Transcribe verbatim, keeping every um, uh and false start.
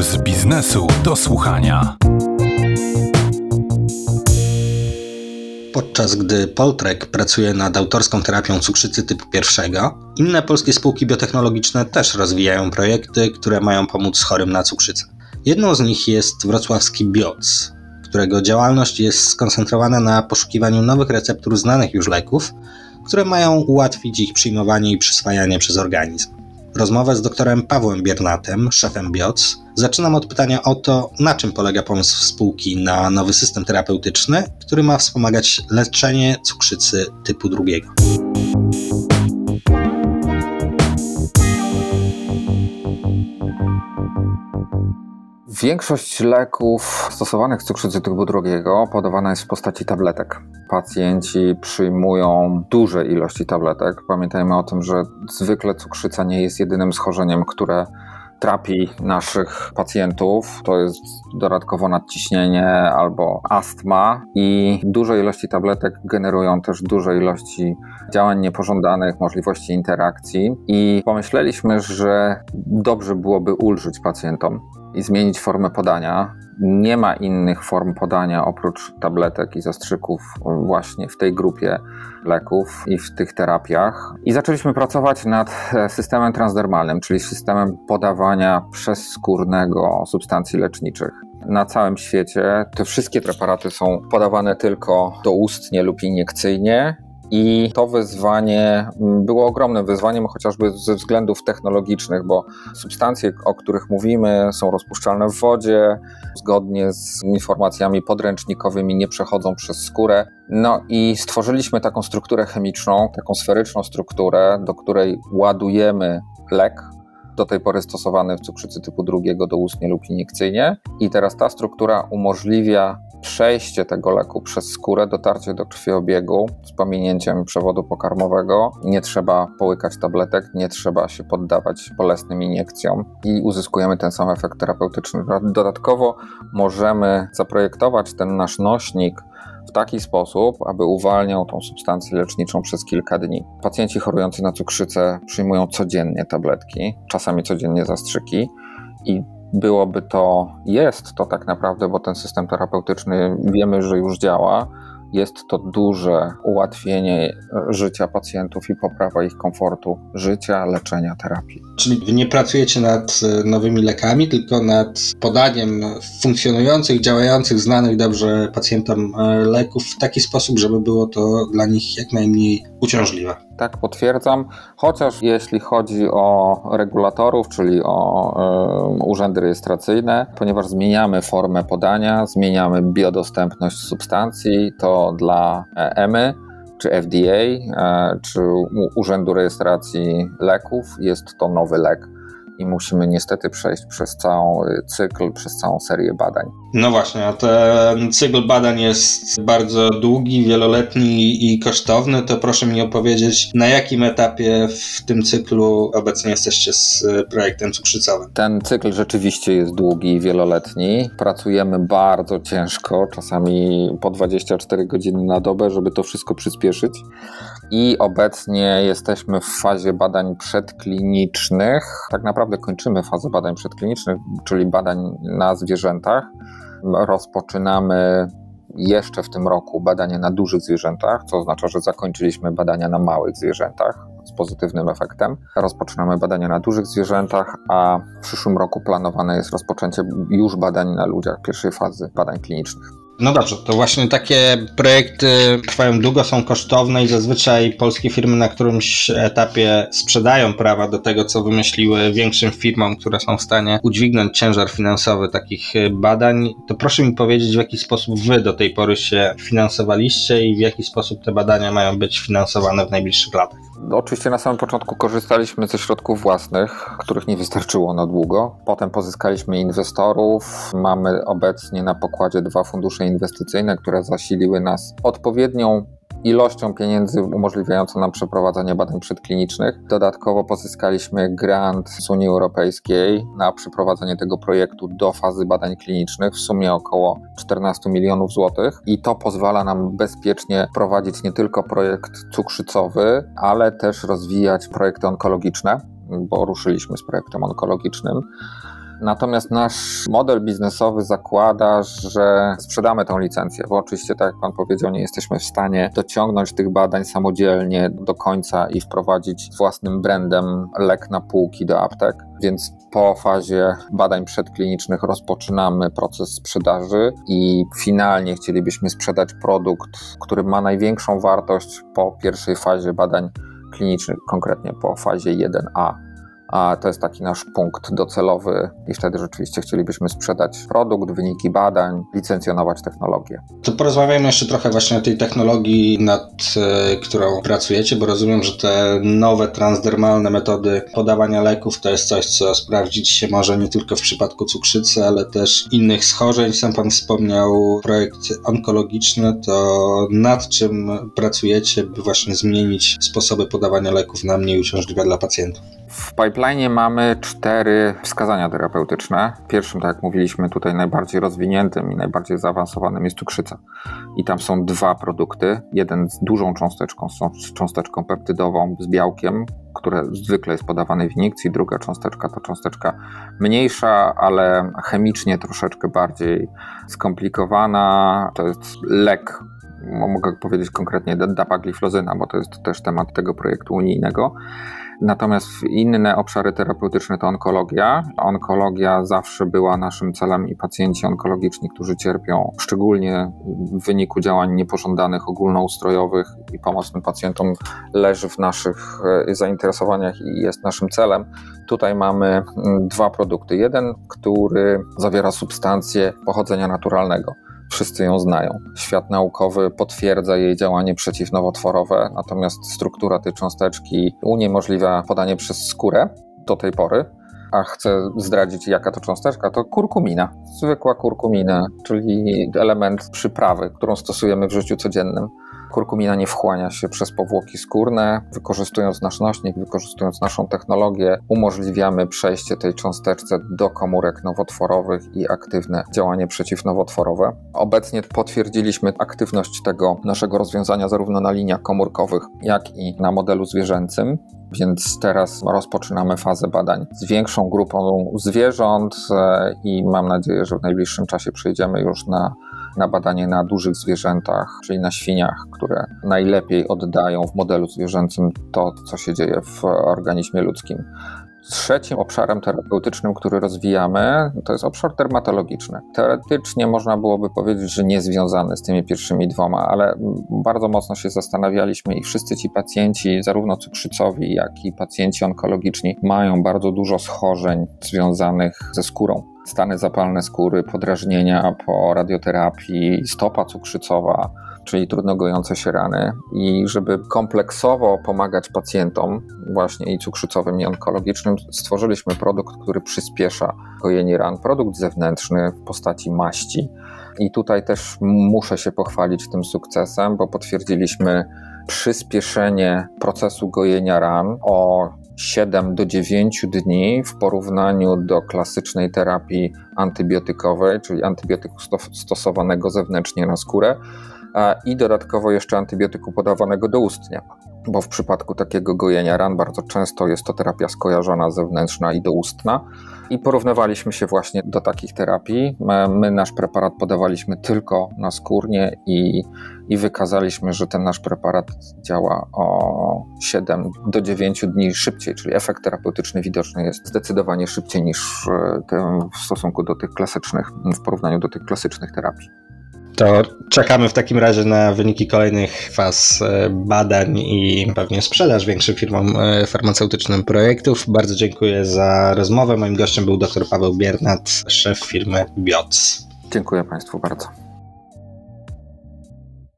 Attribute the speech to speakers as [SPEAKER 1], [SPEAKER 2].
[SPEAKER 1] Z biznesu do słuchania.
[SPEAKER 2] Podczas gdy Poltrek pracuje nad autorską terapią cukrzycy typu pierwszego, inne polskie spółki biotechnologiczne też rozwijają projekty, które mają pomóc chorym na cukrzycę. Jedną z nich jest wrocławski Bioc, którego działalność jest skoncentrowana na poszukiwaniu nowych receptur znanych już leków, które mają ułatwić ich przyjmowanie i przyswajanie przez organizm. Rozmowę z doktorem Pawłem Biernatem, szefem Bioc, zaczynam od pytania o to, na czym polega pomysł spółki na nowy system terapeutyczny, który ma wspomagać leczenie cukrzycy typu drugiego.
[SPEAKER 3] Większość leków stosowanych w cukrzycy typu drugiego podawana jest w postaci tabletek. Pacjenci przyjmują duże ilości tabletek. Pamiętajmy o tym, że zwykle cukrzyca nie jest jedynym schorzeniem, które trapi naszych pacjentów. To jest dodatkowo nadciśnienie albo astma i duże ilości tabletek generują też duże ilości działań niepożądanych, możliwości interakcji i pomyśleliśmy, że dobrze byłoby ulżyć pacjentom i zmienić formę podania. Nie ma innych form podania oprócz tabletek i zastrzyków właśnie w tej grupie leków i w tych terapiach. I zaczęliśmy pracować nad systemem transdermalnym, czyli systemem podawania przezskórnego substancji leczniczych. Na całym świecie te wszystkie preparaty są podawane tylko doustnie lub iniekcyjnie. I to wyzwanie było ogromnym wyzwaniem, chociażby ze względów technologicznych, bo substancje, o których mówimy, są rozpuszczalne w wodzie, zgodnie z informacjami podręcznikowymi nie przechodzą przez skórę. No i stworzyliśmy taką strukturę chemiczną, taką sferyczną strukturę, do której ładujemy lek, do tej pory stosowany w cukrzycy typu drugiego doustnie lub iniekcyjnie. I teraz ta struktura umożliwia przejście tego leku przez skórę, dotarcie do krwiobiegu z pominięciem przewodu pokarmowego. Nie trzeba połykać tabletek, nie trzeba się poddawać bolesnym iniekcjom i uzyskujemy ten sam efekt terapeutyczny. Dodatkowo możemy zaprojektować ten nasz nośnik w taki sposób, aby uwalniał tą substancję leczniczą przez kilka dni. Pacjenci chorujący na cukrzycę przyjmują codziennie tabletki, czasami codziennie zastrzyki i byłoby to, jest to tak naprawdę, bo ten system terapeutyczny wiemy, że już działa, jest to duże ułatwienie życia pacjentów i poprawa ich komfortu życia, leczenia, terapii.
[SPEAKER 2] Czyli wy nie pracujecie nad nowymi lekami, tylko nad podaniem funkcjonujących, działających, znanych dobrze pacjentom leków w taki sposób, żeby było to dla nich jak najmniej uciążliwe.
[SPEAKER 3] Tak, potwierdzam, chociaż jeśli chodzi o regulatorów, czyli o y, urzędy rejestracyjne, ponieważ zmieniamy formę podania, zmieniamy biodostępność substancji, to dla E M Y czy F D A, y, czy Urzędu Rejestracji Leków jest to nowy lek i musimy niestety przejść przez cały cykl, przez całą serię badań.
[SPEAKER 2] No właśnie, a ten cykl badań jest bardzo długi, wieloletni i kosztowny, to proszę mi opowiedzieć, na jakim etapie w tym cyklu obecnie jesteście z projektem cukrzycowym?
[SPEAKER 3] Ten cykl rzeczywiście jest długi i wieloletni. Pracujemy bardzo ciężko, czasami po dwadzieścia cztery godziny na dobę, żeby to wszystko przyspieszyć. I obecnie jesteśmy w fazie badań przedklinicznych. Tak naprawdę kończymy fazę badań przedklinicznych, czyli badań na zwierzętach. Rozpoczynamy jeszcze w tym roku badania na dużych zwierzętach, co oznacza, że zakończyliśmy badania na małych zwierzętach z pozytywnym efektem. Rozpoczynamy badania na dużych zwierzętach, a w przyszłym roku planowane jest rozpoczęcie już badań na ludziach, pierwszej fazy badań klinicznych.
[SPEAKER 2] No dobrze, to właśnie takie projekty trwają długo, są kosztowne i zazwyczaj polskie firmy na którymś etapie sprzedają prawa do tego, co wymyśliły większym firmom, które są w stanie udźwignąć ciężar finansowy takich badań. To proszę mi powiedzieć, w jaki sposób wy do tej pory się finansowaliście i w jaki sposób te badania mają być finansowane w najbliższych latach?
[SPEAKER 3] Oczywiście na samym początku korzystaliśmy ze środków własnych, których nie wystarczyło na długo. Potem pozyskaliśmy inwestorów. Mamy obecnie na pokładzie dwa fundusze inwestycyjne, które zasiliły nas odpowiednią ilością pieniędzy umożliwiającą nam przeprowadzanie badań przedklinicznych. Dodatkowo pozyskaliśmy grant z Unii Europejskiej na przeprowadzenie tego projektu do fazy badań klinicznych, w sumie około czternaście milionów złotych i to pozwala nam bezpiecznie prowadzić nie tylko projekt cukrzycowy, ale też rozwijać projekty onkologiczne, bo ruszyliśmy z projektem onkologicznym. Natomiast nasz model biznesowy zakłada, że sprzedamy tą licencję, bo oczywiście, tak jak Pan powiedział, nie jesteśmy w stanie dociągnąć tych badań samodzielnie do końca i wprowadzić własnym brandem lek na półki do aptek, więc po fazie badań przedklinicznych rozpoczynamy proces sprzedaży i finalnie chcielibyśmy sprzedać produkt, który ma największą wartość po pierwszej fazie badań klinicznych, konkretnie po fazie jeden A. A to jest taki nasz punkt docelowy i wtedy rzeczywiście chcielibyśmy sprzedać produkt, wyniki badań, licencjonować technologię.
[SPEAKER 2] To porozmawiajmy jeszcze trochę właśnie o tej technologii, nad y, którą pracujecie, bo rozumiem, że te nowe transdermalne metody podawania leków to jest coś, co sprawdzić się może nie tylko w przypadku cukrzycy, ale też innych schorzeń. Sam Pan wspomniał projekt onkologiczny, to nad czym pracujecie, by właśnie zmienić sposoby podawania leków na mniej uciążliwe dla pacjentów?
[SPEAKER 3] W pipeline mamy cztery wskazania terapeutyczne. Pierwszym, tak jak mówiliśmy, tutaj najbardziej rozwiniętym i najbardziej zaawansowanym jest cukrzyca. I tam są dwa produkty. Jeden z dużą cząsteczką, z cząsteczką peptydową, z białkiem, które zwykle jest podawane w iniekcji. Druga cząsteczka to cząsteczka mniejsza, ale chemicznie troszeczkę bardziej skomplikowana. To jest lek, mogę powiedzieć konkretnie dapagliflozyna, bo to jest też temat tego projektu unijnego. Natomiast inne obszary terapeutyczne to onkologia. Onkologia zawsze była naszym celem i pacjenci onkologiczni, którzy cierpią szczególnie w wyniku działań niepożądanych, ogólnoustrojowych i pomoc tym pacjentom leży w naszych zainteresowaniach i jest naszym celem. Tutaj mamy dwa produkty. Jeden, który zawiera substancję pochodzenia naturalnego. Wszyscy ją znają. Świat naukowy potwierdza jej działanie przeciwnowotworowe, natomiast struktura tej cząsteczki uniemożliwia podanie przez skórę do tej pory. A chcę zdradzić, jaka to cząsteczka, to kurkumina. Zwykła kurkumina, czyli element przyprawy, którą stosujemy w życiu codziennym. Kurkumina nie wchłania się przez powłoki skórne. Wykorzystując nasz nośnik, wykorzystując naszą technologię, umożliwiamy przejście tej cząsteczce do komórek nowotworowych i aktywne działanie przeciwnowotworowe. Obecnie potwierdziliśmy aktywność tego naszego rozwiązania zarówno na liniach komórkowych, jak i na modelu zwierzęcym. Więc teraz rozpoczynamy fazę badań z większą grupą zwierząt i mam nadzieję, że w najbliższym czasie przejdziemy już na, na badanie na dużych zwierzętach, czyli na świniach, które najlepiej oddają w modelu zwierzęcym to, co się dzieje w organizmie ludzkim. Trzecim obszarem terapeutycznym, który rozwijamy, to jest obszar dermatologiczny. Teoretycznie można byłoby powiedzieć, że nie związany z tymi pierwszymi dwoma, ale bardzo mocno się zastanawialiśmy i wszyscy ci pacjenci, zarówno cukrzycowi, jak i pacjenci onkologiczni, mają bardzo dużo schorzeń związanych ze skórą. Stany zapalne skóry, podrażnienia po radioterapii, stopa cukrzycowa, czyli trudno gojące się rany. I żeby kompleksowo pomagać pacjentom, właśnie i cukrzycowym, i onkologicznym, stworzyliśmy produkt, który przyspiesza gojenie ran. Produkt zewnętrzny w postaci maści. I tutaj też muszę się pochwalić tym sukcesem, bo potwierdziliśmy przyspieszenie procesu gojenia ran o siedem do dziewięciu dni w porównaniu do klasycznej terapii antybiotykowej, czyli antybiotyku stosowanego zewnętrznie na skórę, i dodatkowo jeszcze antybiotyku podawanego doustnie, bo w przypadku takiego gojenia ran bardzo często jest to terapia skojarzona zewnętrzna i doustna i porównywaliśmy się właśnie do takich terapii. My nasz preparat podawaliśmy tylko naskórnie i, i wykazaliśmy, że ten nasz preparat działa o siedem do dziewięciu dni szybciej, czyli efekt terapeutyczny widoczny jest zdecydowanie szybciej niż w stosunku do tych klasycznych, w porównaniu do tych klasycznych terapii.
[SPEAKER 2] To czekamy w takim razie na wyniki kolejnych faz badań i pewnie sprzedaż większym firmom farmaceutycznym projektów. Bardzo dziękuję za rozmowę. Moim gościem był dr Paweł Biernat, szef firmy Biots.
[SPEAKER 3] Dziękuję Państwu bardzo.